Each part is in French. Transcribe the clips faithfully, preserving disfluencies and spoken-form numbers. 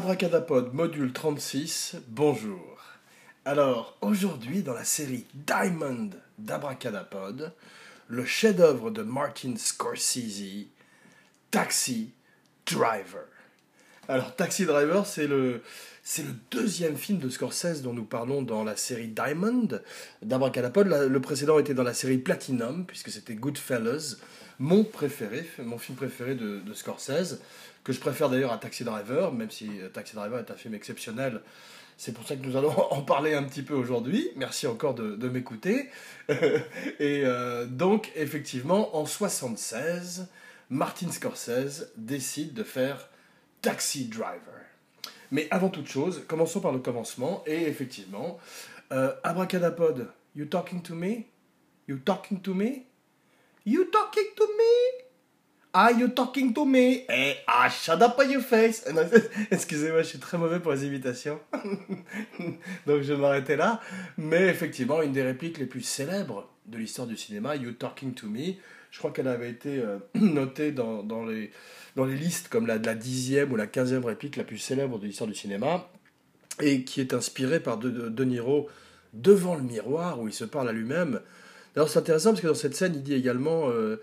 Abracadapod module trente-six, bonjour. Alors, aujourd'hui, dans la série Diamond d'Abracadapod, le chef-d'œuvre de Martin Scorsese, Taxi Driver. Alors, Taxi Driver, c'est le, c'est le deuxième film de Scorsese dont nous parlons dans la série Diamond d'Abracadapod. Le précédent était dans la série Platinum, puisque c'était Goodfellas, mon préféré, mon film préféré de, de Scorsese, que je préfère d'ailleurs à Taxi Driver, même si Taxi Driver est un film exceptionnel. C'est pour ça que nous allons en parler un petit peu aujourd'hui. Merci encore de, de m'écouter. Et euh, donc, effectivement, en soixante-seize, Martin Scorsese décide de faire Taxi Driver. Mais avant toute chose, commençons par le commencement. Et effectivement, euh, Abracadapod, you talking to me? You talking to me? You talking to me? Are you talking to me? Hey, ah, shut up on your face. Non, excusez-moi, je suis très mauvais pour les imitations. Donc je vais m'arrêter là. Mais effectivement, une des répliques les plus célèbres de l'histoire du cinéma, You talking to me, je crois qu'elle avait été euh, notée dans, dans, les, dans les listes comme la, la dixième ou la quinzième réplique la plus célèbre de l'histoire du cinéma, et qui est inspirée par De, de, de Niro devant le miroir, où il se parle à lui-même. Alors c'est intéressant parce que dans cette scène, il dit également... Euh,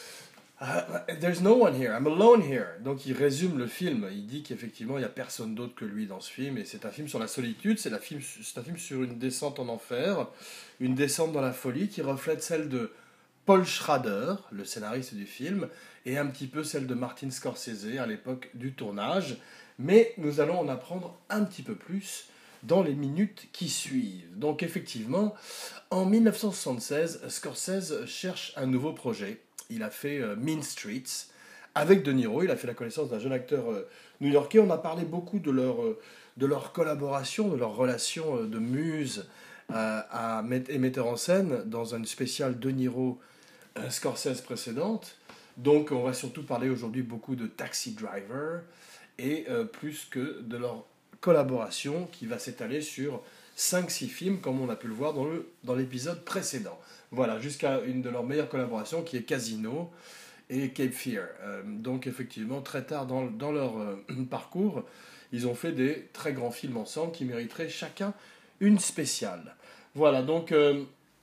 Uh, there's no one here, I'm alone here. Donc il résume le film, il dit qu'effectivement il n'y a personne d'autre que lui dans ce film, et c'est un film sur la solitude, c'est, la film, c'est un film sur une descente en enfer, une descente dans la folie qui reflète celle de Paul Schrader, le scénariste du film, et un petit peu celle de Martin Scorsese à l'époque du tournage, mais nous allons en apprendre un petit peu plus dans les minutes qui suivent. Donc effectivement, en dix-neuf cent soixante-seize, Scorsese cherche un nouveau projet. Il a fait euh, Mean Streets avec De Niro. Il a fait la connaissance d'un jeune acteur euh, new-yorkais. On a parlé beaucoup de leur, euh, de leur collaboration, de leur relation euh, de muse euh, à, et metteur en scène dans une spéciale De Niro euh, Scorsese précédente. Donc on va surtout parler aujourd'hui beaucoup de Taxi Driver et euh, plus que de leur collaboration qui va s'étaler sur cinq six films comme on a pu le voir dans, le, dans l'épisode précédent. Voilà, jusqu'à une de leurs meilleures collaborations qui est Casino et Cape Fear. Euh, donc effectivement, très tard dans, dans leur euh, parcours, ils ont fait des très grands films ensemble qui mériteraient chacun une spéciale. Voilà, donc euh,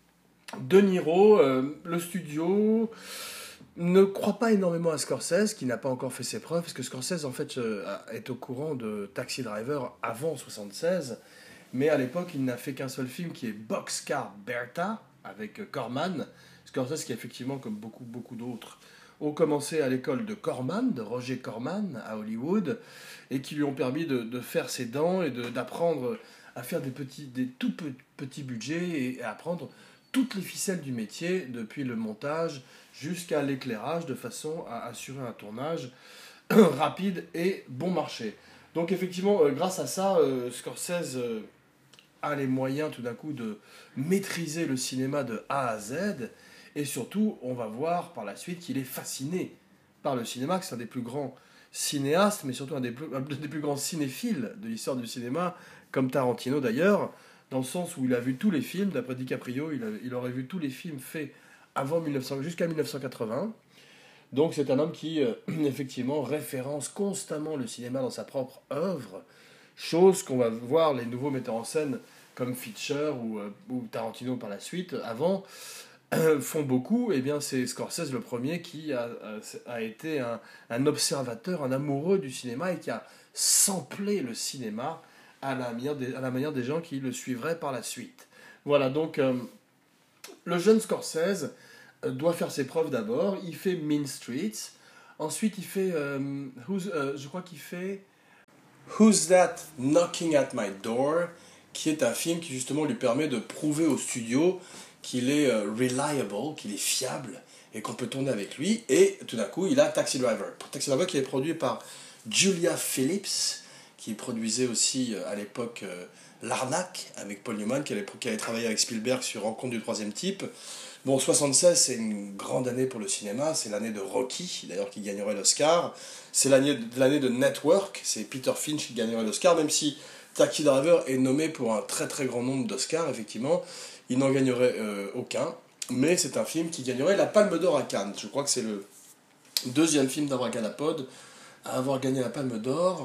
De Niro, euh, le studio ne croit pas énormément à Scorsese, qui n'a pas encore fait ses preuves, parce que Scorsese en fait euh, est au courant de Taxi Driver avant soixante-seize, mais à l'époque il n'a fait qu'un seul film qui est Boxcar Bertha, avec Corman. Scorsese qui effectivement, comme beaucoup, beaucoup d'autres, ont commencé à l'école de Corman, de Roger Corman à Hollywood, et qui lui ont permis de, de faire ses dents et de, d'apprendre à faire des, petits, des tout petits budgets et à apprendre toutes les ficelles du métier, depuis le montage jusqu'à l'éclairage, de façon à assurer un tournage rapide et bon marché. Donc effectivement, euh, grâce à ça, euh, Scorsese... Euh, a les moyens tout d'un coup de maîtriser le cinéma de A à Z, et surtout on va voir par la suite qu'il est fasciné par le cinéma, que c'est un des plus grands cinéastes, mais surtout un des plus, un des plus grands cinéphiles de l'histoire du cinéma, comme Tarantino d'ailleurs, dans le sens où il a vu tous les films, d'après DiCaprio, il, a, il aurait vu tous les films faits avant mille neuf cents, jusqu'à dix-neuf cent quatre-vingts. Donc c'est un homme qui euh, effectivement référence constamment le cinéma dans sa propre œuvre, chose qu'on va voir les nouveaux metteurs en scène comme Fincher ou, euh, ou Tarantino par la suite, avant, euh, font beaucoup. Et bien c'est Scorsese le premier qui a, a, a été un, un observateur, un amoureux du cinéma, et qui a samplé le cinéma à la manière des, à la manière des gens qui le suivraient par la suite. Voilà, donc euh, le jeune Scorsese euh, doit faire ses preuves d'abord. Il fait Mean Streets. Ensuite, il fait... Euh, who's, euh, je crois qu'il fait... Who's That Knocking at My Door, qui est un film qui justement lui permet de prouver au studio qu'il est euh, reliable, qu'il est fiable, et qu'on peut tourner avec lui. Et tout d'un coup, il a Taxi Driver. Taxi Driver qui est produit par Julia Phillips, qui produisait aussi euh, à l'époque euh, L'Arnaque avec Paul Newman, qui avait, qui avait travaillé avec Spielberg sur Rencontre du troisième type. Bon, soixante-seize, c'est une grande année pour le cinéma, c'est l'année de Rocky, d'ailleurs, qui gagnerait l'Oscar. C'est l'année, l'année de Network, c'est Peter Finch qui gagnerait l'Oscar, même si Taxi Driver est nommé pour un très très grand nombre d'Oscars, effectivement, il n'en gagnerait euh, aucun, mais c'est un film qui gagnerait la Palme d'Or à Cannes. Je crois que c'est le deuxième film d'Abracadapod à avoir gagné la Palme d'Or,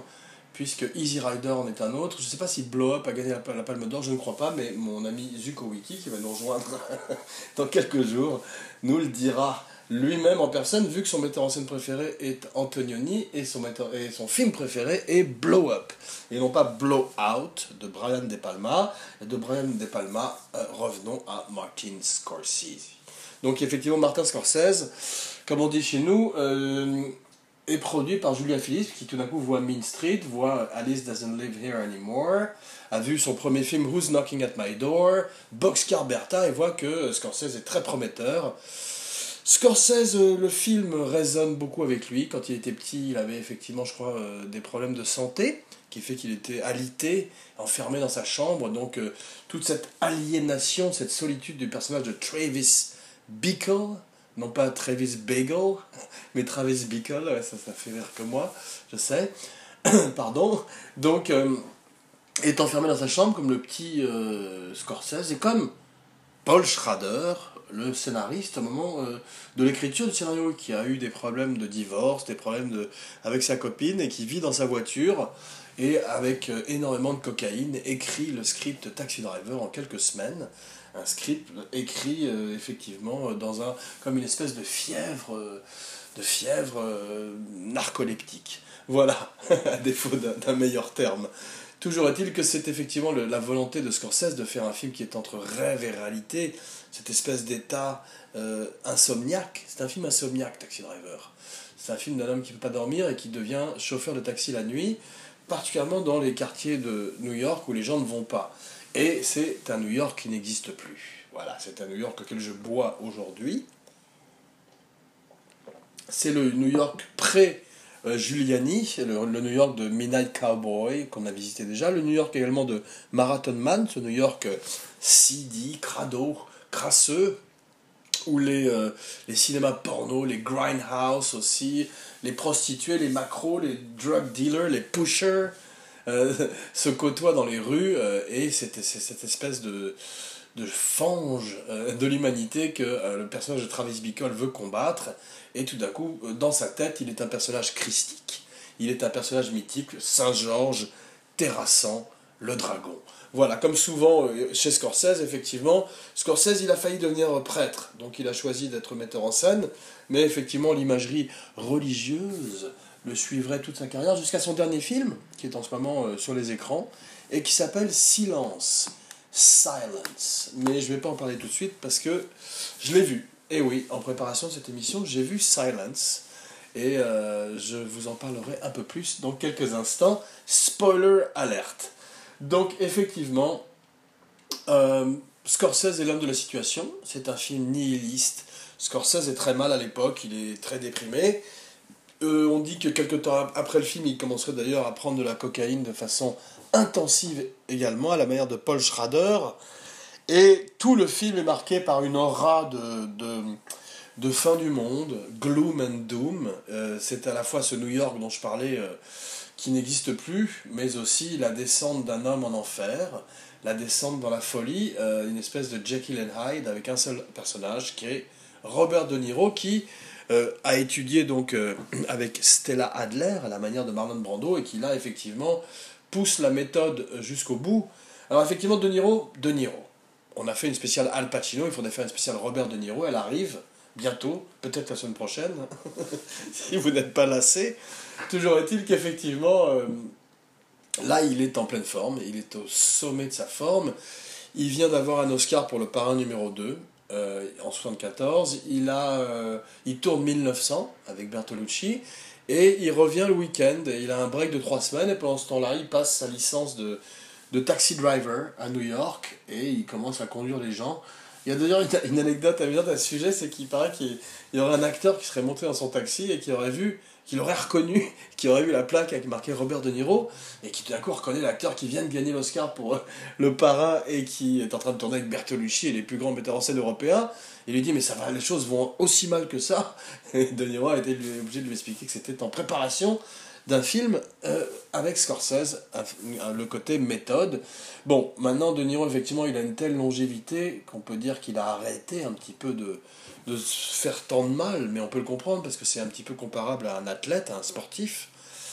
puisque Easy Rider en est un autre. Je ne sais pas si Blow Up a gagné la, la Palme d'Or, je ne crois pas, mais mon ami Zuko Wiki, qui va nous rejoindre dans quelques jours, nous le dira lui-même en personne, vu que son metteur en scène préféré est Antonioni et son, metteur, et son film préféré est Blow Up, et non pas Blow Out de Brian De Palma. Et de Brian De Palma, euh, revenons à Martin Scorsese. Donc effectivement, Martin Scorsese, comme on dit chez nous, euh, est produit par Julia Phillips, qui tout d'un coup voit Mean Street, voit Alice Doesn't Live Here Anymore, a vu son premier film Who's Knocking at My Door, Boxcar Bertha, et voit que Scorsese est très prometteur. Scorsese, le film résonne beaucoup avec lui. Quand il était petit, il avait effectivement, je crois, euh, des problèmes de santé, qui fait qu'il était alité, enfermé dans sa chambre. Donc, euh, toute cette aliénation, cette solitude du personnage de Travis Bickle, non pas Travis Bagel, mais Travis Bickle, ouais, ça, ça fait rire que moi, je sais, pardon. Donc, euh, est enfermé dans sa chambre comme le petit euh, Scorsese, et comme Paul Schrader, le scénariste, au moment euh, de l'écriture du scénario, qui a eu des problèmes de divorce, des problèmes de, avec sa copine, et qui vit dans sa voiture, et avec euh, énormément de cocaïne, écrit le script Taxi Driver en quelques semaines. Un script écrit euh, effectivement dans un, comme une espèce de fièvre, euh, de fièvre euh, narcoleptique. Voilà, à défaut d'un, d'un meilleur terme. Toujours est-il que c'est effectivement le, la volonté de Scorsese de faire un film qui est entre rêve et réalité, cette espèce d'état euh, insomniaque. C'est un film insomniaque, Taxi Driver. C'est un film d'un homme qui ne peut pas dormir et qui devient chauffeur de taxi la nuit, particulièrement dans les quartiers de New York où les gens ne vont pas. Et c'est un New York qui n'existe plus. Voilà, c'est un New York auquel je bois aujourd'hui. C'est le New York pré- Euh, Giuliani, le, le New York de Midnight Cowboy, qu'on a visité déjà, le New York également de Marathon Man, ce New York euh, seedy, crado, crasseux, où les, euh, les cinémas porno, les grindhouse aussi, les prostituées, les macros, les drug dealers, les pushers, euh, se côtoient dans les rues, euh, et c'est, c'est cette espèce de, de fange euh, de l'humanité que euh, le personnage de Travis Bickle veut combattre. Et tout d'un coup, dans sa tête, il est un personnage christique, il est un personnage mythique, Saint-Georges, terrassant le dragon. Voilà, comme souvent chez Scorsese, effectivement, Scorsese, il a failli devenir prêtre, donc il a choisi d'être metteur en scène, mais effectivement, l'imagerie religieuse le suivrait toute sa carrière, jusqu'à son dernier film, qui est en ce moment sur les écrans, et qui s'appelle Silence, Silence. Mais je ne vais pas en parler tout de suite, parce que je l'ai vu. Et oui, en préparation de cette émission, j'ai vu Silence, et euh, je vous en parlerai un peu plus dans quelques instants. Spoiler alert. Donc effectivement, euh, Scorsese est l'homme de la situation, c'est un film nihiliste. Scorsese est très mal à l'époque, il est très déprimé. Euh, on dit que quelques temps après le film, il commencerait d'ailleurs à prendre de la cocaïne de façon intensive également, à la manière de Paul Schrader. Et tout le film est marqué par une aura de, de, de fin du monde, gloom and doom. Euh, c'est à la fois ce New York dont je parlais, euh, qui n'existe plus, mais aussi la descente d'un homme en enfer, la descente dans la folie, euh, une espèce de Jekyll and Hyde avec un seul personnage qui est Robert De Niro, qui euh, a étudié donc euh, avec Stella Adler à la manière de Marlon Brando, et qui là effectivement pousse la méthode jusqu'au bout. Alors effectivement, De Niro, De Niro. On a fait une spéciale Al Pacino, il faudrait faire une spéciale Robert De Niro, elle arrive bientôt, peut-être la semaine prochaine, si vous n'êtes pas lassé. Toujours est-il qu'effectivement, euh, là il est en pleine forme, il est au sommet de sa forme, il vient d'avoir un Oscar pour Le Parrain numéro deux, euh, en soixante-quatorze, il, a, euh, il tourne mille neuf cents avec Bertolucci, et il revient le week-end, il a un break de trois semaines, et pendant ce temps-là, il passe sa licence de... de taxi driver à New York, et il commence à conduire les gens. Il y a d'ailleurs une, une anecdote amusante à ce sujet, c'est qu'il paraît qu'il y aurait un acteur qui serait monté dans son taxi et qui aurait vu, qui l'aurait reconnu, qui aurait vu la plaque avec marqué Robert De Niro, et qui tout d'un coup reconnaît l'acteur qui vient de gagner l'Oscar pour euh, Le Parrain et qui est en train de tourner avec Bertolucci et les plus grands metteurs en scène européens. Il lui dit, mais ça va, les choses vont aussi mal que ça. Et De Niro a été obligé de lui expliquer que c'était en préparation d'un film euh, avec Scorsese, un, un, le côté méthode. Bon, maintenant, De Niro, effectivement, il a une telle longévité qu'on peut dire qu'il a arrêté un petit peu de, de se faire tant de mal, mais on peut le comprendre parce que c'est un petit peu comparable à un athlète, à un sportif.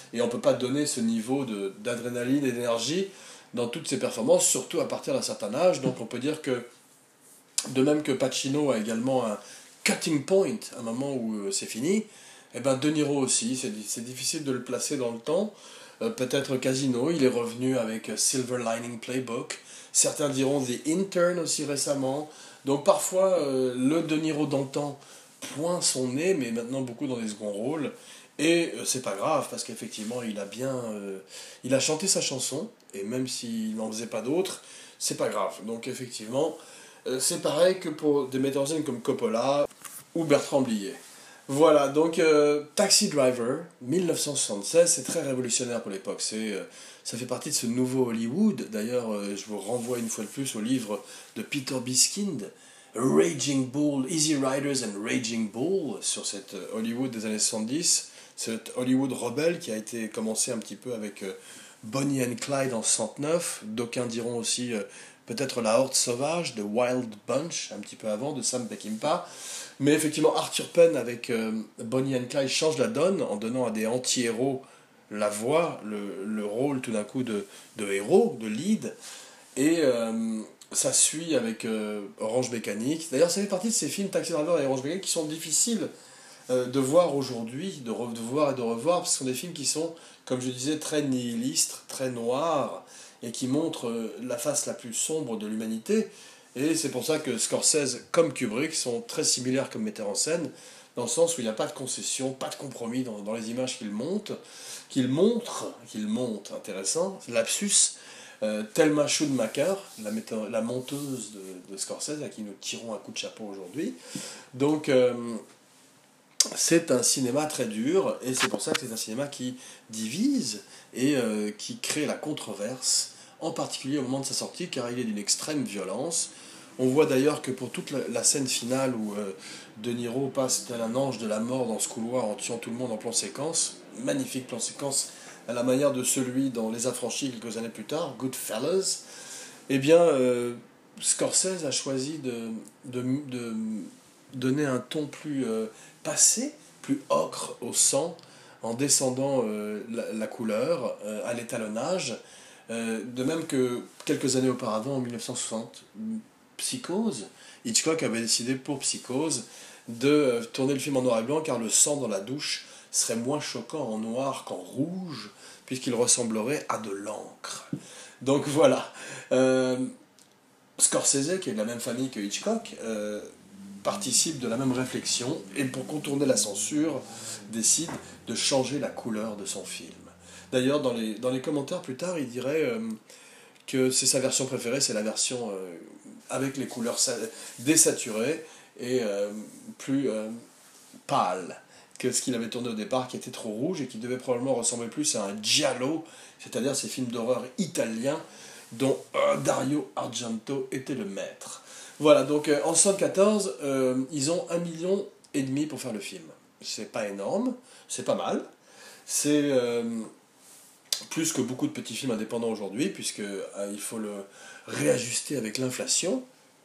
et on ne peut pas donner ce niveau de, d'adrénaline et d'énergie dans toutes ses performances, surtout à partir d'un certain âge. Donc on peut dire que, de même que Pacino a également un cutting point, un moment où euh, c'est fini, et ben De Niro aussi, c'est, c'est difficile de le placer dans le temps. Euh, peut-être Casino, il est revenu avec Silver Lining Playbook. Certains diront The Intern aussi récemment. Donc parfois, euh, le De Niro d'antan pointe son nez, mais maintenant beaucoup dans des seconds rôles. Et euh, c'est pas grave, parce qu'effectivement, il a bien... Euh, il a chanté sa chanson, et même s'il n'en faisait pas d'autres, c'est pas grave. Donc effectivement, euh, c'est pareil que pour des metteurs en scène comme Coppola ou Bertrand Blier. Voilà, donc euh, Taxi Driver, mille neuf cent soixante-seize, c'est très révolutionnaire pour l'époque. C'est, euh, ça fait partie de ce nouveau Hollywood. D'ailleurs, euh, je vous renvoie une fois de plus au livre de Peter Biskind, Raging Bull, Easy Riders and Raging Bull, sur cette euh, Hollywood des années soixante-dix. Cette Hollywood rebelle qui a été commencé un petit peu avec euh, Bonnie and Clyde en soixante-neuf. D'aucuns diront aussi euh, peut-être La Horde Sauvage de Wild Bunch, un petit peu avant, de Sam Peckinpah. Mais effectivement, Arthur Penn avec euh, Bonnie and Clyde change la donne en donnant à des anti-héros la voix, le, le rôle tout d'un coup de, de héros, de lead. Et euh, ça suit avec euh, Orange Mécanique. D'ailleurs, ça fait partie de ces films Taxi Driver et Orange Mécanique qui sont difficiles euh, de voir aujourd'hui, de, re, de voir et de revoir, parce que ce sont des films qui sont, comme je disais, très nihilistes, très noirs, et qui montrent euh, la face la plus sombre de l'humanité. Et c'est pour ça que Scorsese, comme Kubrick, sont très similaires comme metteurs en scène, dans le sens où il n'y a pas de concession, pas de compromis dans, dans les images qu'il monte, qu'il montre, qu'il monte, intéressant, lapsus, euh, Thelma Schoonmaker, la, metteur, la monteuse de, de Scorsese, à qui nous tirons un coup de chapeau aujourd'hui. Donc, euh, c'est un cinéma très dur, et c'est pour ça que c'est un cinéma qui divise et euh, qui crée la controverse, en particulier au moment de sa sortie, car il est d'une extrême violence. On voit d'ailleurs que pour toute la, la scène finale où euh, De Niro passe tel un ange de la mort dans ce couloir en tuant tout le monde en plan séquence, magnifique plan séquence, à la manière de celui dans Les Affranchis quelques années plus tard, Goodfellas, eh bien, euh, Scorsese a choisi de, de, de donner un ton plus euh, passé, plus ocre au sang, en descendant euh, la, la couleur euh, à l'étalonnage. Euh, de même que quelques années auparavant, en mille neuf cent soixante, Psychose, Hitchcock avait décidé pour Psychose de euh, tourner le film en noir et blanc car le sang dans la douche serait moins choquant en noir qu'en rouge, puisqu'il ressemblerait à de l'encre. Donc voilà. Euh, Scorsese, qui est de la même famille que Hitchcock, euh, participe de la même réflexion et pour contourner la censure, décide de changer la couleur de son film. D'ailleurs, dans les, dans les commentaires plus tard, il dirait euh, que c'est sa version préférée, c'est la version euh, avec les couleurs désaturées et euh, plus euh, pâles que ce qu'il avait tourné au départ, qui était trop rouge et qui devait probablement ressembler plus à un giallo, c'est-à-dire ces films d'horreur italiens dont euh, Dario Argento était le maître. Voilà, donc euh, en soixante-quatorze, euh, ils ont un million et demi pour faire le film. C'est pas énorme, c'est pas mal. C'est euh, plus que beaucoup de petits films indépendants aujourd'hui, puisque euh, il faut le réajuster avec l'inflation,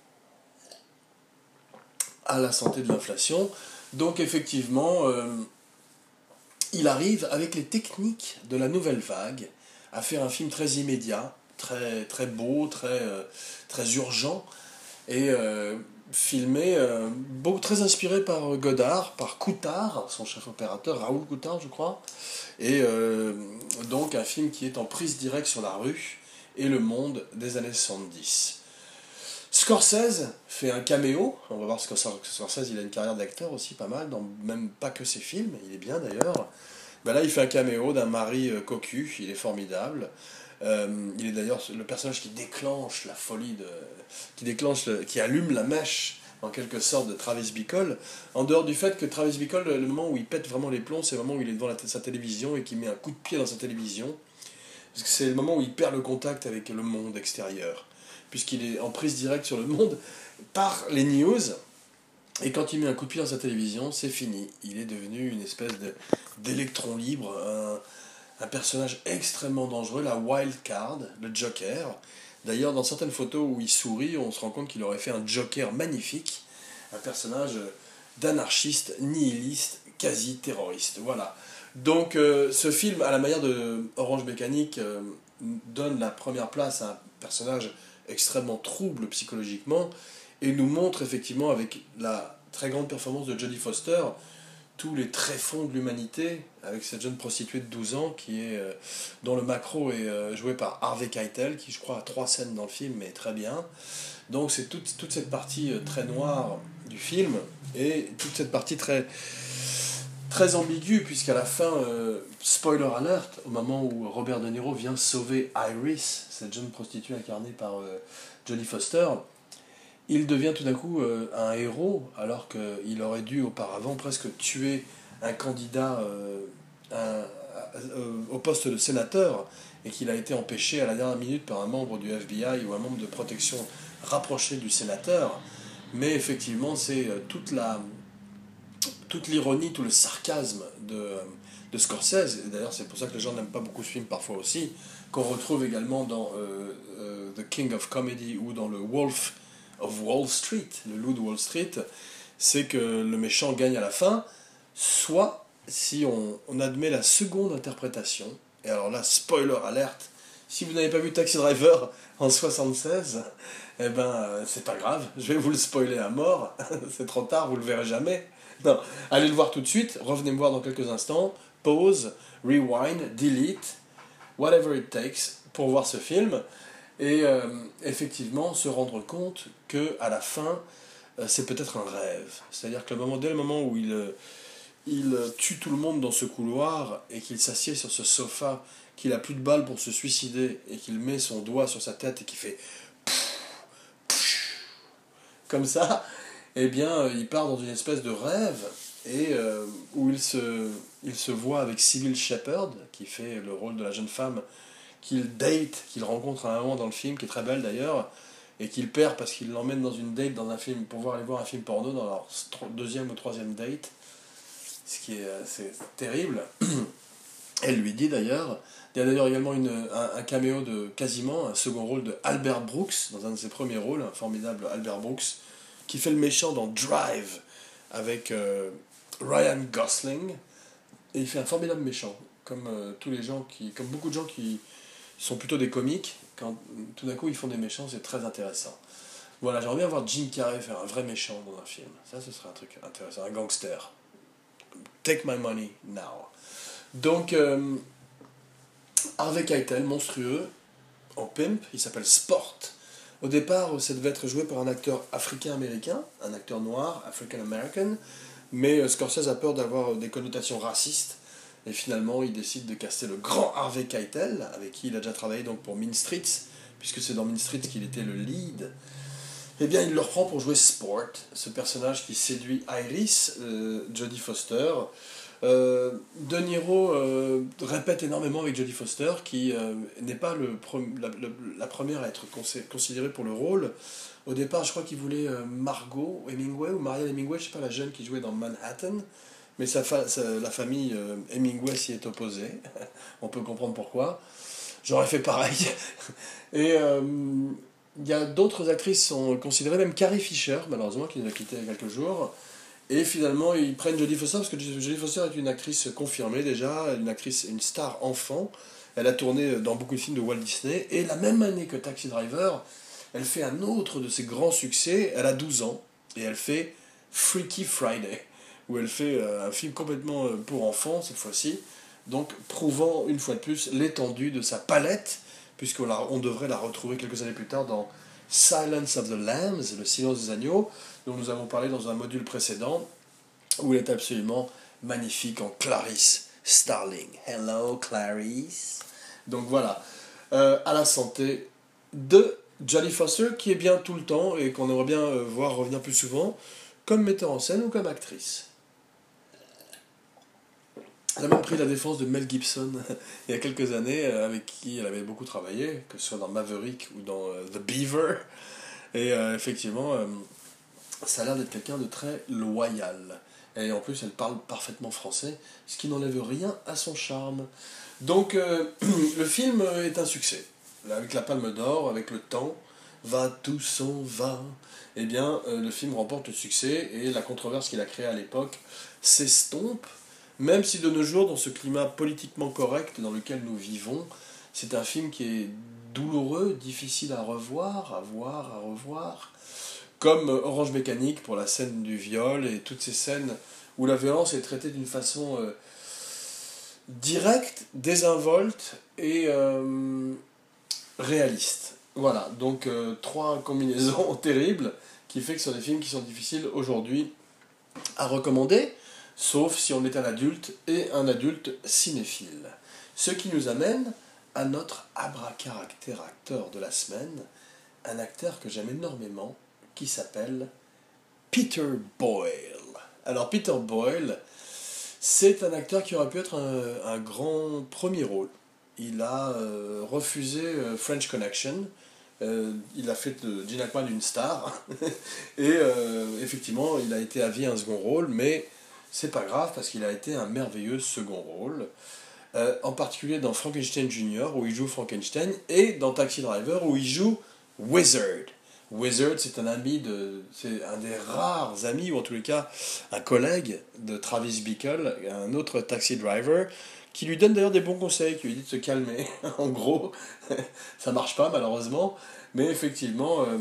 à la santé de l'inflation. Donc effectivement, euh, il arrive avec les techniques de la nouvelle vague à faire un film très immédiat, très, très beau, très, euh, très urgent, et euh, filmé, euh, beaucoup, très inspiré par Godard, par Coutard, son chef opérateur, Raoul Coutard je crois, et euh, donc un film qui est en prise directe sur la rue et le monde des années soixante-dix. Scorsese fait un caméo, on va voir que Scorsese il a une carrière d'acteur aussi pas mal, dans même pas que ses films, il est bien d'ailleurs. Ben là il fait un caméo d'un mari euh, cocu, il est formidable. Euh, il est d'ailleurs le personnage qui déclenche la folie, de, qui, déclenche le, qui allume la mèche en quelque sorte de Travis Bickle, en dehors du fait que Travis Bickle, le moment où il pète vraiment les plombs, c'est le moment où il est devant la, sa télévision et qu'il met un coup de pied dans sa télévision, parce que c'est le moment où il perd le contact avec le monde extérieur, puisqu'il est en prise directe sur le monde par les news, et quand il met un coup de pied dans sa télévision, c'est fini. Il est devenu une espèce de, d'électron libre, un, un personnage extrêmement dangereux, la wild card, le Joker. D'ailleurs, dans certaines photos où il sourit, on se rend compte qu'il aurait fait un Joker magnifique, un personnage d'anarchiste, nihiliste, quasi-terroriste. Voilà. Donc euh, ce film, à la manière de Orange Mécanique, euh, donne la première place à un personnage extrêmement trouble psychologiquement et nous montre effectivement avec la très grande performance de Jodie Foster tous les tréfonds de l'humanité avec cette jeune prostituée de douze ans qui est, euh, dont le macro est euh, joué par Harvey Keitel qui je crois a trois scènes dans le film mais très bien. Donc c'est toute, toute cette partie euh, très noire du film et toute cette partie très très ambigu, puisqu'à la fin, euh, spoiler alert, au moment où Robert De Niro vient sauver Iris, cette jeune prostituée incarnée par euh, Jodie Foster, il devient tout d'un coup euh, un héros, alors qu'il aurait dû auparavant presque tuer un candidat euh, un, euh, au poste de sénateur, et qu'il a été empêché à la dernière minute par un membre du F B I ou un membre de protection rapproché du sénateur. Mais effectivement, c'est euh, toute la toute l'ironie, tout le sarcasme de, de Scorsese, et d'ailleurs c'est pour ça que les gens n'aiment pas beaucoup ce film parfois aussi, qu'on retrouve également dans euh, euh, The King of Comedy ou dans le Wolf of Wall Street, le loup de Wall Street, c'est que le méchant gagne à la fin, soit si on, on admet la seconde interprétation, et alors là, spoiler alerte, si vous n'avez pas vu Taxi Driver en soixante-seize, eh ben euh, c'est pas grave, je vais vous le spoiler à mort, c'est trop tard, vous le verrez jamais. Non, allez le voir tout de suite, revenez me voir dans quelques instants, pause, rewind, delete, whatever it takes pour voir ce film et euh, effectivement se rendre compte que à la fin euh, c'est peut-être un rêve. C'est-à-dire que le moment, dès le moment où il, euh, il tue tout le monde dans ce couloir et qu'il s'assied sur ce sofa, qu'il a plus de balles pour se suicider et qu'il met son doigt sur sa tête et qu'il fait comme ça, eh bien, il part dans une espèce de rêve et euh, où il se, il se voit avec Sybil Shepherd, qui fait le rôle de la jeune femme qu'il date, qu'il rencontre à un moment dans le film, qui est très belle d'ailleurs, et qu'il perd parce qu'il l'emmène dans une date dans un film pour voir aller voir un film porno dans leur deuxième ou troisième date, ce qui est c'est terrible. Elle lui dit d'ailleurs, il y a d'ailleurs également une, un, un caméo de quasiment un second rôle de Albert Brooks dans un de ses premiers rôles, un formidable Albert Brooks, qui fait le méchant dans Drive avec euh, Ryan Gosling, et il fait un formidable méchant, comme euh, tous les gens qui, comme beaucoup de gens qui sont plutôt des comiques, quand tout d'un coup ils font des méchants, c'est très intéressant. Voilà, j'aimerais bien voir Jim Carrey faire un vrai méchant dans un film, ça ce serait un truc intéressant, un gangster. Take my money now. Donc, euh, Harvey Keitel, monstrueux, en pimp, il s'appelle Sport. Au départ, ça devait être joué par un acteur africain-américain, un acteur noir, African-American, mais Scorsese a peur d'avoir des connotations racistes, et finalement il décide de caster le grand Harvey Keitel, avec qui il a déjà travaillé donc pour Mean Streets, puisque c'est dans Mean Streets qu'il était le lead. Eh bien, il le reprend pour jouer Sport, ce personnage qui séduit Iris, euh, Jodie Foster. Euh, De Niro euh, répète énormément avec Jodie Foster, qui euh, n'est pas le pre- la, la, la première à être cons- considérée pour le rôle. Au départ, je crois qu'il voulait euh, Margot Hemingway ou Marianne Hemingway, je sais pas, la jeune qui jouait dans Manhattan, mais sa fa- sa, la famille euh, Hemingway s'y est opposée. On peut comprendre pourquoi. J'aurais fait pareil. Et euh, il y a d'autres actrices qui sont considérées, même Carrie Fisher, malheureusement, qui nous a quittés il y a quelques jours. Et finalement, ils prennent Jodie Foster, parce que Jodie Foster est une actrice confirmée déjà, une actrice, une star enfant. Elle a tourné dans beaucoup de films de Walt Disney. Et la même année que Taxi Driver, elle fait un autre de ses grands succès. Elle a douze ans, et elle fait Freaky Friday, où elle fait un film complètement pour enfants, cette fois-ci. Donc, prouvant une fois de plus l'étendue de sa palette, puisqu'on la, on devrait la retrouver quelques années plus tard dans Silence of the Lambs, le silence des agneaux, dont nous avons parlé dans un module précédent, où elle est absolument magnifique en Clarice Starling. Hello Clarice. Donc voilà, euh, à la santé de Jodie Foster, qui est bien tout le temps et qu'on aimerait bien euh, voir revenir plus souvent, comme metteur en scène ou comme actrice. Elle a même pris la défense de Mel Gibson il y a quelques années, euh, avec qui elle avait beaucoup travaillé, que ce soit dans Maverick ou dans euh, The Beaver. Et euh, effectivement, euh, ça a l'air d'être quelqu'un de très loyal. Et en plus, elle parle parfaitement français, ce qui n'enlève rien à son charme. Donc, euh, le film est un succès. Avec la Palme d'Or, avec le temps, va, tout s'en va. Eh bien, euh, le film remporte le succès et la controverse qu'il a créée à l'époque s'estompe. Même si de nos jours, dans ce climat politiquement correct dans lequel nous vivons, c'est un film qui est douloureux, difficile à revoir, à voir, à revoir. Comme Orange Mécanique pour la scène du viol et toutes ces scènes où la violence est traitée d'une façon euh, directe, désinvolte et euh, réaliste. Voilà, donc euh, trois combinaisons terribles qui fait que ce sont des films qui sont difficiles aujourd'hui à recommander, sauf si on est un adulte et un adulte cinéphile. Ce qui nous amène à notre abracadabra acteur de la semaine, un acteur que j'aime énormément, qui s'appelle Peter Boyle. Alors Peter Boyle, c'est un acteur qui aurait pu être un, un grand premier rôle. Il a euh, refusé euh, French Connection. Euh, il a fait de Gene Hackman une star. Et euh, effectivement, il a été avié un second rôle, mais c'est pas grave parce qu'il a été un merveilleux second rôle. Euh, en particulier dans Frankenstein Junior où il joue Frankenstein, et dans Taxi Driver où il joue Wizard. Wizard, c'est un ami de, c'est un des rares amis, ou en tous les cas un collègue de Travis Bickle, un autre taxi driver, qui lui donne d'ailleurs des bons conseils, qui lui dit de se calmer. En gros, ça marche pas malheureusement, mais effectivement, euh,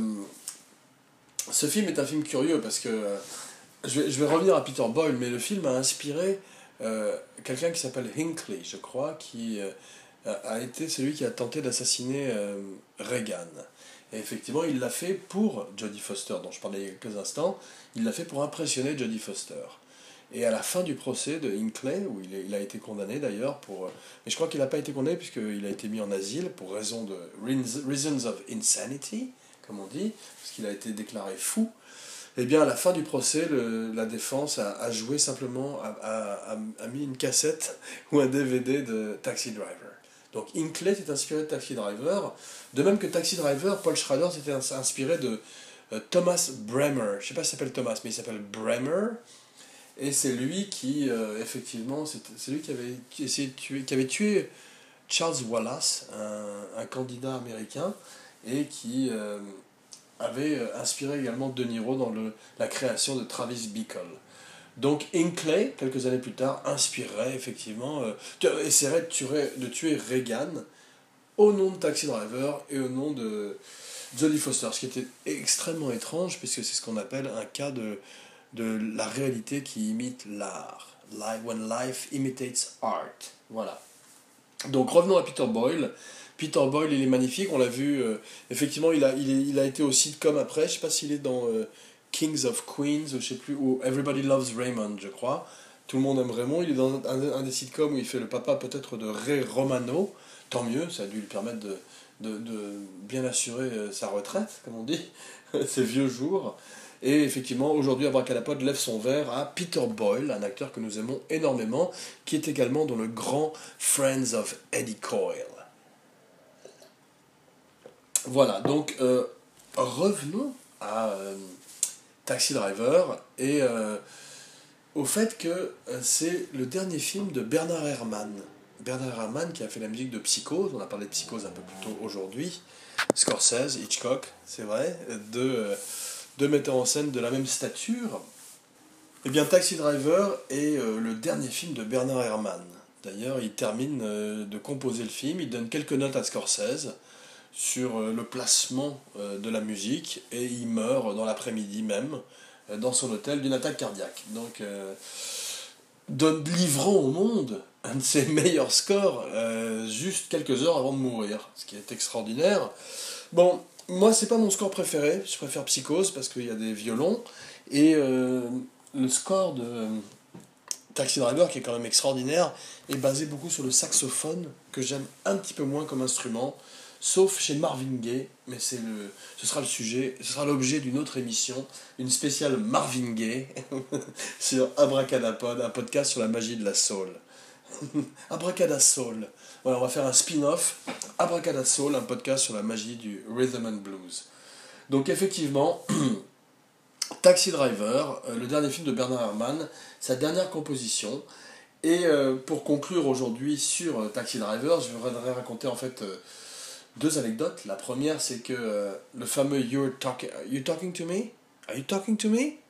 ce film est un film curieux parce que euh, je, vais, je vais revenir à Peter Boyle, mais le film a inspiré euh, quelqu'un qui s'appelle Hinckley, je crois, qui euh, a été celui qui a tenté d'assassiner euh, Reagan. Et effectivement, il l'a fait pour Jodie Foster, dont je parlais il y a quelques instants. Il l'a fait pour impressionner Jodie Foster. Et à la fin du procès de Hinckley, où il, est, il a été condamné d'ailleurs pour... Mais je crois qu'il n'a pas été condamné puisqu'il a été mis en asile pour raison de reasons of insanity, comme on dit, parce qu'il a été déclaré fou. Eh bien, à la fin du procès, le, la défense a, a joué simplement, a, a, a, a mis une cassette ou un D V D de Taxi Driver. Donc Hinckley s'est inspiré de Taxi Driver, de même que Taxi Driver, Paul Schrader s'était inspiré de euh, Thomas Bremer. Je ne sais pas s'il s'appelle Thomas, mais il s'appelle Bremer. Et c'est lui qui, euh, effectivement, c'est, c'est lui qui avait, qui, essayé de tuer, qui avait tué Charles Wallace, un, un candidat américain, et qui euh, avait inspiré également De Niro dans le, la création de Travis Bickle. Donc Hinckley, quelques années plus tard, inspirerait effectivement, euh, essaierait de tuer, de tuer Reagan au nom de Taxi Driver et au nom de Jodie Foster, ce qui était extrêmement étrange puisque c'est ce qu'on appelle un cas de, de la réalité qui imite l'art. Like when life imitates art. Voilà. Donc revenons à Peter Boyle. Peter Boyle, il est magnifique, on l'a vu, euh, effectivement, il a, il, est, il a été au sitcom après, je sais pas s'il est dans euh, Kings of Queens, ou je sais plus, ou Everybody Loves Raymond, je crois. Tout le monde aime Raymond, il est dans un, un des sitcoms où il fait le papa peut-être de Ray Romano, tant mieux, ça a dû lui permettre de, de, de bien assurer euh, sa retraite, comme on dit, ses vieux jours. Et effectivement, aujourd'hui, Abracadapod lève son verre à Peter Boyle, un acteur que nous aimons énormément, qui est également dans le grand Friends of Eddie Coyle. Voilà, donc euh, revenons à euh, Taxi Driver et euh, au fait que euh, c'est le dernier film de Bernard Herrmann. Bernard Herrmann qui a fait la musique de Psychose, on a parlé de Psychose un peu plus tôt aujourd'hui, Scorsese, Hitchcock, c'est vrai, deux, euh, deux metteurs en scène de la même stature. Eh bien, Taxi Driver est euh, le dernier film de Bernard Herrmann. D'ailleurs, il termine euh, de composer le film, il donne quelques notes à Scorsese sur le placement de la musique et il meurt dans l'après-midi même dans son hôtel d'une attaque cardiaque. Donc euh, donne, livrant au monde un de ses meilleurs scores euh, juste quelques heures avant de mourir, ce qui est extraordinaire. Bon, moi c'est pas mon score préféré, je préfère Psychose parce qu'il y a des violons et euh, le score de euh, Taxi Driver, qui est quand même extraordinaire, est basé beaucoup sur le saxophone que j'aime un petit peu moins comme instrument. Sauf chez Marvin Gaye, mais c'est le, ce sera le sujet, ce sera l'objet d'une autre émission, une spéciale Marvin Gaye sur Abracadapod, un podcast sur la magie de la soul. Abracadasoul. Voilà, on va faire un spin-off, Abracadasoul, un podcast sur la magie du rhythm and blues. Donc effectivement, Taxi Driver, euh, le dernier film de Bernard Herrmann, sa dernière composition. Et euh, pour conclure aujourd'hui sur euh, Taxi Driver, je voudrais raconter en fait euh, deux anecdotes. La première, c'est que euh, le fameux You're, talk- You're talking to me? Are you talking to me?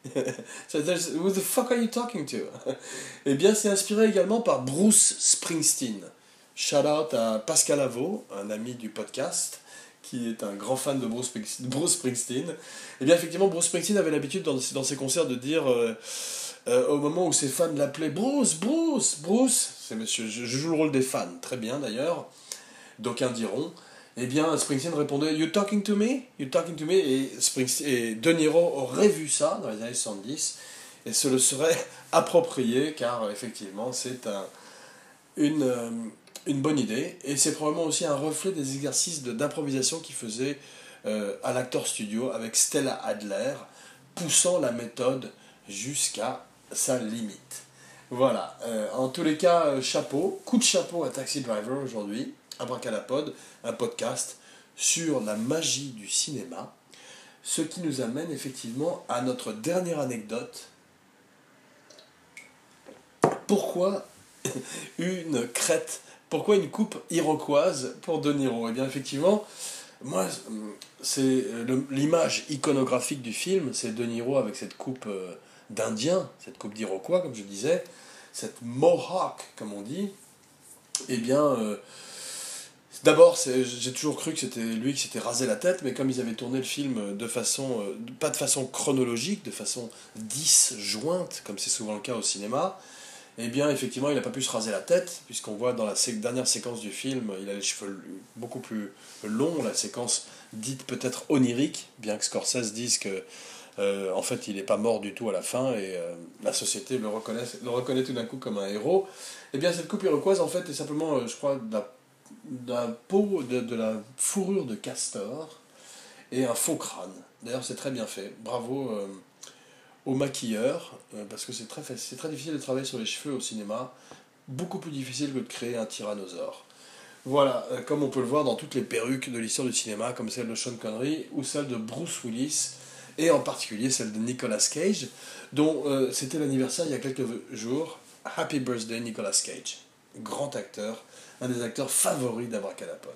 Who the fuck are you talking to? Eh bien, c'est inspiré également par Bruce Springsteen. Shout out à Pascal Avaux, un ami du podcast, qui est un grand fan de Bruce Springsteen. Bruce Springsteen. Eh bien, effectivement, Bruce Springsteen avait l'habitude dans, dans ses concerts de dire, euh, euh, au moment où ses fans l'appelaient Bruce, Bruce, Bruce, c'est monsieur, je, je joue le rôle des fans, très bien d'ailleurs, d'aucuns diront. Eh bien, Springsteen répondait You talking to me? You talking to me? Et, Springsteen, et De Niro aurait vu ça dans les années soixante-dix et se le serait approprié car effectivement c'est un, une, euh, une bonne idée et c'est probablement aussi un reflet des exercices de, d'improvisation qu'il faisait euh, à l'Actor Studio avec Stella Adler, poussant la méthode jusqu'à sa limite. Voilà, euh, en tous les cas, euh, chapeau, coup de chapeau à Taxi Driver aujourd'hui. Abracadapod, un podcast sur la magie du cinéma, ce qui nous amène effectivement à notre dernière anecdote. Pourquoi une crête, pourquoi une coupe iroquoise pour De Niro? Eh bien effectivement, moi, c'est le, l'image iconographique du film, c'est De Niro avec cette coupe euh, d'Indien, cette coupe d'Iroquois, comme je disais, cette mohawk, comme on dit. Eh bien... Euh, D'abord, c'est, j'ai toujours cru que c'était lui qui s'était rasé la tête, mais comme ils avaient tourné le film de façon, euh, pas de façon chronologique, de façon disjointe, comme c'est souvent le cas au cinéma, eh bien, effectivement, il n'a pas pu se raser la tête, puisqu'on voit dans la sé- dernière séquence du film, il a les cheveux beaucoup plus longs, la séquence dite peut-être onirique, bien que Scorsese dise que, euh, en fait, il n'est pas mort du tout à la fin, et euh, la société le reconnaît, le reconnaît tout d'un coup comme un héros. Eh bien, cette coupe iroquoise, en fait, est simplement, euh, je crois, de la de la peau, de, de la fourrure de castor et un faux crâne. D'ailleurs, c'est très bien fait. Bravo euh, aux maquilleurs, euh, parce que c'est très, c'est très difficile de travailler sur les cheveux au cinéma. Beaucoup plus difficile que de créer un tyrannosaure. Voilà, euh, comme on peut le voir dans toutes les perruques de l'histoire du cinéma, comme celle de Sean Connery ou celle de Bruce Willis, et en particulier celle de Nicolas Cage, dont euh, c'était l'anniversaire il y a quelques jours. Happy birthday Nicolas Cage. Grand acteur, un des acteurs favoris d'Abracadapod.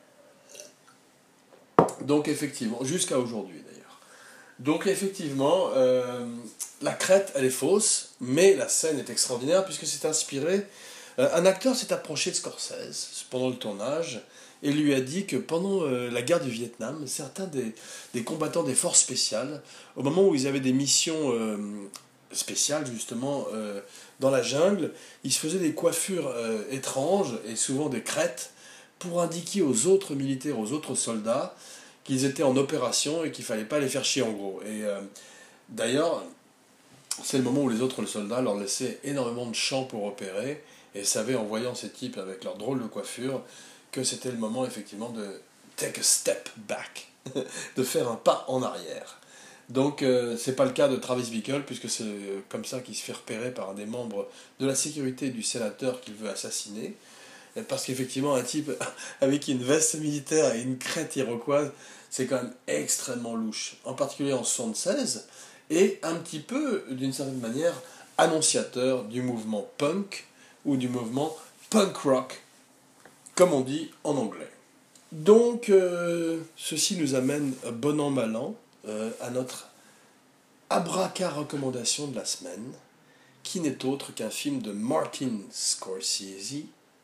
Donc effectivement, jusqu'à aujourd'hui d'ailleurs. Donc effectivement, euh, la crête, elle est fausse, mais la scène est extraordinaire puisque c'est inspiré. Euh, un acteur s'est approché de Scorsese pendant le tournage et lui a dit que pendant euh, la guerre du Vietnam, certains des, des combattants des forces spéciales, au moment où ils avaient des missions euh, spéciales justement euh, dans la jungle, ils se faisaient des coiffures euh, étranges et souvent des crêtes pour indiquer aux autres militaires, aux autres soldats qu'ils étaient en opération et qu'il fallait pas les faire chier en gros. Et euh, d'ailleurs, c'est le moment où les autres soldats leur laissaient énormément de champs pour opérer et savaient en voyant ces types avec leur drôle de coiffure que c'était le moment effectivement de take a step back, de faire un pas en arrière. Donc euh, c'est pas le cas de Travis Bickle puisque c'est comme ça qu'il se fait repérer par un des membres de la sécurité du sénateur qu'il veut assassiner. Parce qu'effectivement un type avec une veste militaire et une crête iroquoise, c'est quand même extrêmement louche. En particulier en soixante-seize et un petit peu d'une certaine manière annonciateur du mouvement punk ou du mouvement punk rock, comme on dit en anglais. Donc euh, ceci nous amène bon an mal an euh, à notre abraca recommandation de la semaine, qui n'est autre qu'un film de Martin Scorsese,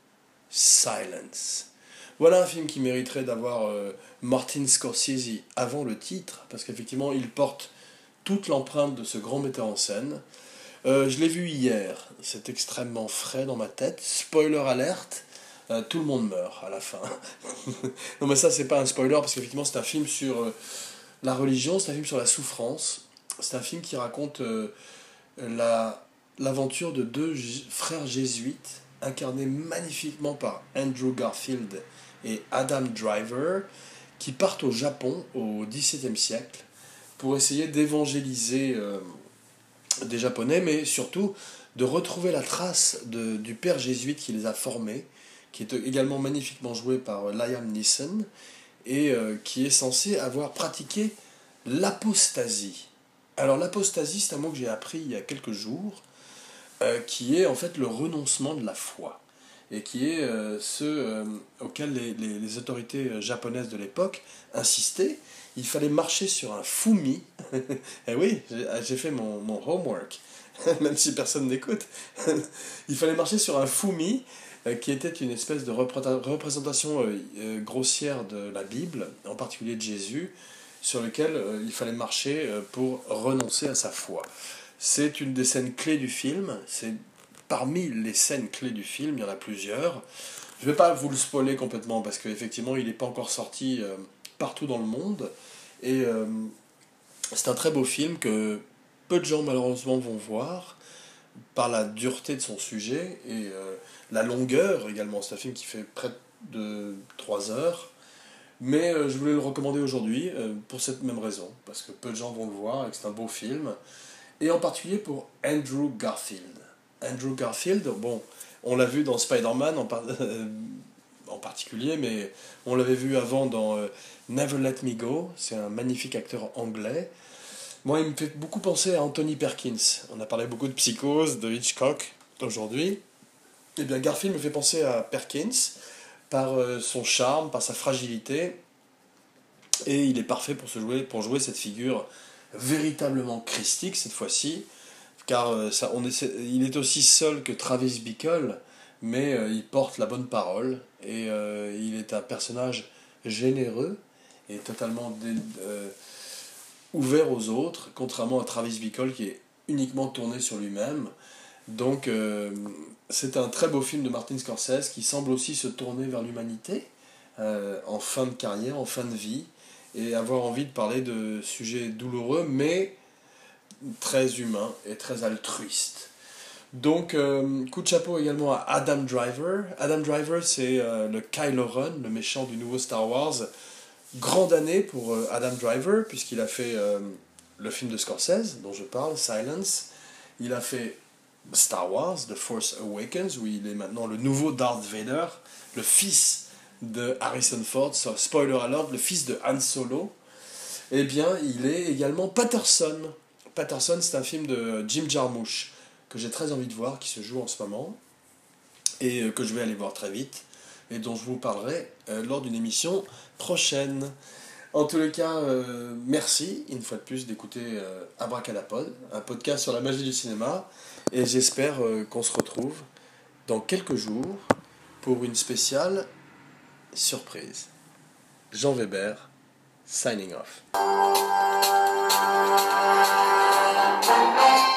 Silence. Voilà un film qui mériterait d'avoir euh, Martin Scorsese avant le titre, parce qu'effectivement il porte toute l'empreinte de ce grand metteur en scène. Euh, je l'ai vu hier, c'est extrêmement frais dans ma tête. Spoiler alerte, euh, tout le monde meurt à la fin. Non mais ça c'est pas un spoiler, parce qu'effectivement c'est un film sur euh, la religion, c'est un film sur la souffrance. C'est un film qui raconte euh, la, l'aventure de deux j- frères jésuites, incarnés magnifiquement par Andrew Garfield et Adam Driver, qui partent au Japon au dix-septième siècle pour essayer d'évangéliser euh, des Japonais, mais surtout de retrouver la trace de, du père jésuite qui les a formés, qui est également magnifiquement joué par Liam Neeson, et euh, qui est censé avoir pratiqué l'apostasie. Alors l'apostasie, c'est un mot que j'ai appris il y a quelques jours, euh, qui est en fait le renoncement de la foi, et qui est euh, ce euh, auquel les, les, les autorités japonaises de l'époque insistaient. il fallait marcher sur un foumi. Eh oui, j'ai j'ai fait mon, mon homework, même si personne n'écoute. Il fallait marcher sur un foumi, euh, qui était une espèce de repré- représentation euh, euh, grossière de la Bible, en particulier de Jésus, sur lequel euh, il fallait marcher euh, pour renoncer à sa foi. C'est une des scènes clés du film, c'est parmi les scènes clés du film, il y en a plusieurs. Je ne vais pas vous le spoiler complètement parce qu'effectivement il n'est pas encore sorti euh, partout dans le monde. Et euh, c'est un très beau film que peu de gens malheureusement vont voir par la dureté de son sujet et euh, la longueur également. C'est un film qui fait près de trois heures. Mais euh, je voulais le recommander aujourd'hui euh, pour cette même raison, parce que peu de gens vont le voir et que c'est un beau film. Et en particulier pour Andrew Garfield. Andrew Garfield, bon, on l'a vu dans Spider-Man en, par- en particulier, mais on l'avait vu avant dans euh, Never Let Me Go, c'est un magnifique acteur anglais. Moi, il me fait beaucoup penser à Anthony Perkins. On a parlé beaucoup de Psychose, de Hitchcock aujourd'hui. Eh bien, Garfield me fait penser à Perkins par euh, son charme, par sa fragilité, et il est parfait pour, se jouer, pour jouer cette figure véritablement christique cette fois-ci, car euh, ça, on est, il est aussi seul que Travis Bickle, mais euh, il porte la bonne parole, et euh, il est un personnage généreux et totalement dé, euh, ouvert aux autres, contrairement à Travis Bickle qui est uniquement tourné sur lui-même. Donc euh, c'est un très beau film de Martin Scorsese qui semble aussi se tourner vers l'humanité euh, en fin de carrière, en fin de vie, et avoir envie de parler de sujets douloureux mais très humains et très altruistes. Donc euh, coup de chapeau également à Adam Driver. Adam Driver c'est euh, le Kylo Ren, le méchant du nouveau Star Wars. Grande année pour euh, Adam Driver puisqu'il a fait euh, le film de Scorsese dont je parle, Silence. Il a fait Star Wars, The Force Awakens, où il est maintenant le nouveau Darth Vader, le fils de Harrison Ford, spoiler alert, le fils de Han Solo. Eh bien, il est également Patterson. Patterson, c'est un film de Jim Jarmusch que j'ai très envie de voir, qui se joue en ce moment, et euh, que je vais aller voir très vite, et dont je vous parlerai euh, lors d'une émission prochaine. En tous les cas, euh, merci une fois de plus d'écouter euh, Abracadapod, un podcast sur la magie du cinéma, et j'espère euh, qu'on se retrouve dans quelques jours pour une spéciale surprise. Jean Weber, signing off.